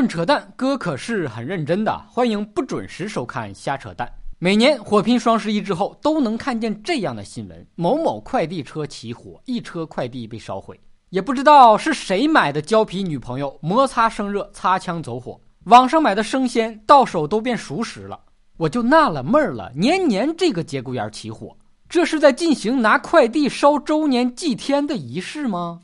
论扯淡，哥可是很认真的，欢迎不准时收看瞎扯淡。每年火拼双11之后，都能看见这样的新闻：某某快递车起火，一车快递被烧毁。也不知道是谁买的胶皮女朋友，摩擦生热，擦枪走火。网上买的生鲜到手都变熟食了。我就纳了闷了，年年这个节骨眼起火，这是在进行拿快递烧周年祭天的仪式吗？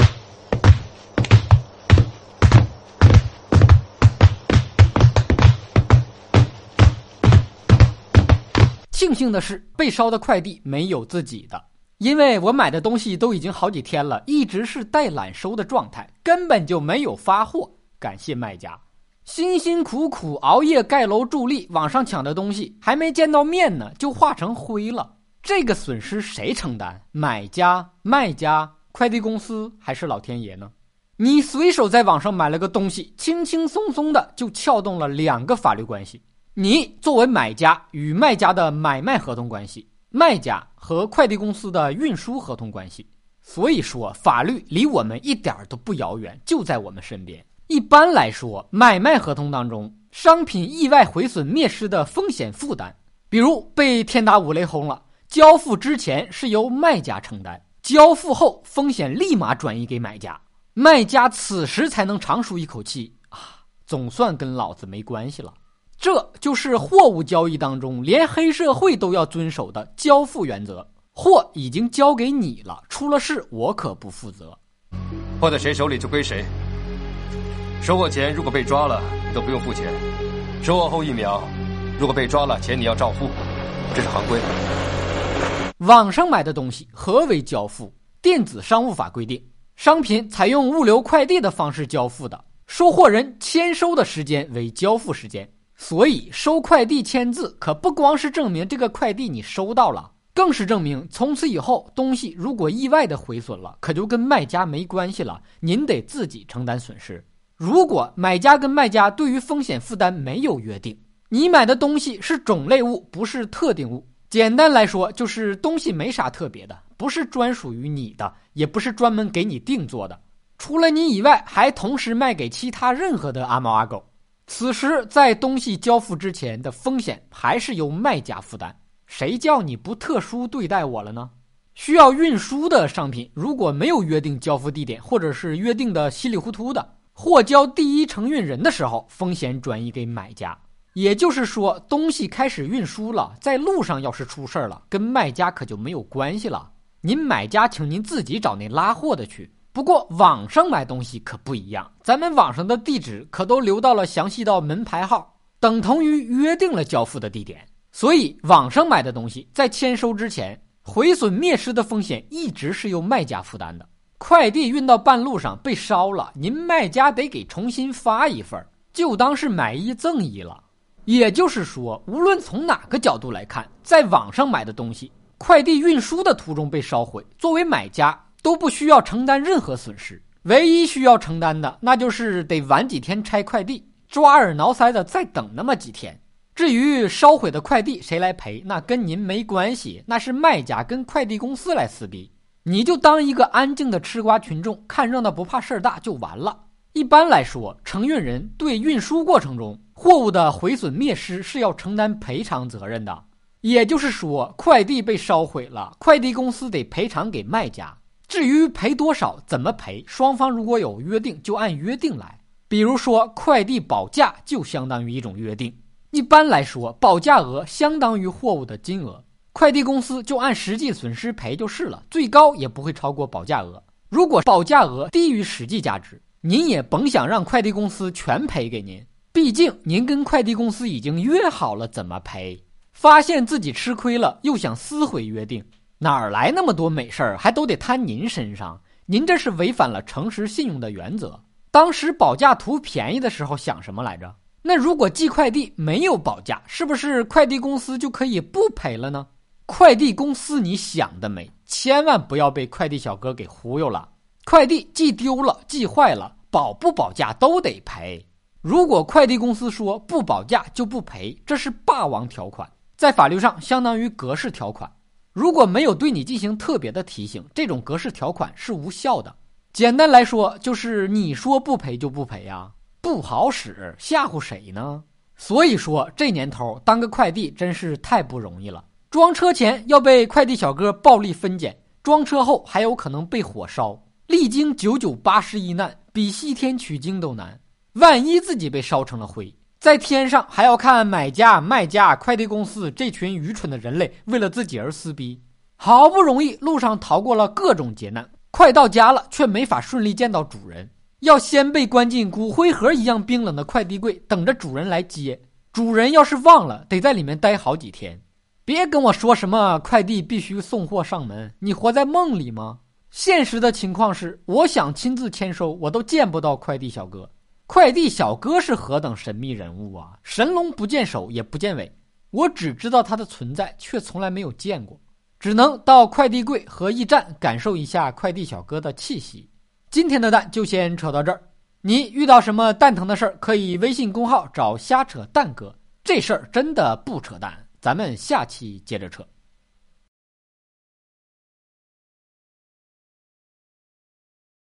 庆幸的是，被烧的快递没有自己的，因为我买的东西都已经好几天了，一直是待揽收的状态，根本就没有发货。感谢卖家，辛辛苦苦熬夜盖楼助力，网上抢的东西还没见到面呢，就化成灰了。这个损失谁承担？买家、卖家、快递公司还是老天爷呢？你随手在网上买了个东西，轻轻松松的就撬动了2个法律关系。你作为买家与卖家的买卖合同关系，卖家和快递公司的运输合同关系。所以说法律离我们一点都不遥远，就在我们身边。一般来说，买卖合同当中，商品意外毁损灭失的风险负担，比如被天打五雷轰了，交付之前是由卖家承担，交付后风险立马转移给买家，卖家此时才能长舒一口气啊，总算跟老子没关系了。这就是货物交易当中连黑社会都要遵守的交付原则，货已经交给你了，出了事我可不负责。 货在谁手里就归谁，收货前如果被抓了，你都不用付钱，收货后1秒如果被抓了，钱你要照付，这是行规。 网上买的东西何为交付？电子商务法规定，商品采用物流快递的方式交付的，收货人签收的时间为交付时间。所以收快递签字可不光是证明这个快递你收到了，更是证明从此以后东西如果意外的毁损了，可就跟卖家没关系了，您得自己承担损失。如果买家跟卖家对于风险负担没有约定，你买的东西是种类物，不是特定物，简单来说就是东西没啥特别的，不是专属于你的，也不是专门给你定做的，除了你以外还同时卖给其他任何的阿猫阿狗。此时在东西交付之前的风险还是由卖家负担，谁叫你不特殊对待我了呢？需要运输的商品如果没有约定交付地点，或者是约定的稀里糊涂的，货交第一承运人的时候，风险转移给买家。也就是说，东西开始运输了，在路上要是出事了，跟卖家可就没有关系了，您买家请您自己找那拉货的去。不过网上买东西可不一样，咱们网上的地址可都留到了详细到门牌号，等同于约定了交付的地点。所以网上买的东西在签收之前，毁损灭失的风险一直是由卖家负担的。快递运到半路上被烧了，您卖家得给重新发一份，就当是买一赠一了。也就是说，无论从哪个角度来看，在网上买的东西，快递运输的途中被烧毁，作为买家都不需要承担任何损失，唯一需要承担的那就是得晚几天拆快递，抓耳挠腮的再等那么几天。至于烧毁的快递谁来赔，那跟您没关系，那是卖家跟快递公司来撕逼，你就当一个安静的吃瓜群众，看热闹不怕事儿大就完了。一般来说，承运人对运输过程中货物的毁损灭失是要承担赔偿责任的，也就是说，快递被烧毁了，快递公司得赔偿给卖家。至于赔多少怎么赔，双方如果有约定就按约定来，比如说快递保价就相当于一种约定，一般来说保价额相当于货物的金额，快递公司就按实际损失赔就是了，最高也不会超过保价额。如果保价额低于实际价值，您也甭想让快递公司全赔给您，毕竟您跟快递公司已经约好了怎么赔，发现自己吃亏了又想撕毁约定，哪儿来那么多美事儿，还都得摊您身上？您这是违反了诚实信用的原则。当时保价图便宜的时候想什么来着？那如果寄快递没有保价，是不是快递公司就可以不赔了呢？快递公司你想得美，千万不要被快递小哥给忽悠了。快递寄丢了寄坏了，保不保价都得赔。如果快递公司说不保价就不赔，这是霸王条款，在法律上相当于格式条款。如果没有对你进行特别的提醒，这种格式条款是无效的。简单来说，就是你说不赔就不赔啊， 不好使，吓唬谁呢？所以说这年头当个快递真是太不容易了。装车前要被快递小哥暴力分拣，装车后还有可能被火烧，历经9981难，比西天取经都难。万一自己被烧成了灰，在天上还要看买家、卖家、快递公司这群愚蠢的人类为了自己而撕逼。好不容易路上逃过了各种劫难，快到家了却没法顺利见到主人，要先被关进骨灰盒一样冰冷的快递柜，等着主人来接。主人要是忘了，得在里面待好几天。别跟我说什么快递必须送货上门，你活在梦里吗？现实的情况是，我想亲自签收，我都见不到快递小哥。快递小哥是何等神秘人物啊！神龙不见首也不见尾，我只知道他的存在，却从来没有见过，只能到快递柜和驿站感受一下快递小哥的气息。今天的蛋就先扯到这儿，你遇到什么蛋疼的事儿，可以微信公号找瞎扯蛋哥，这事儿真的不扯淡，咱们下期接着扯。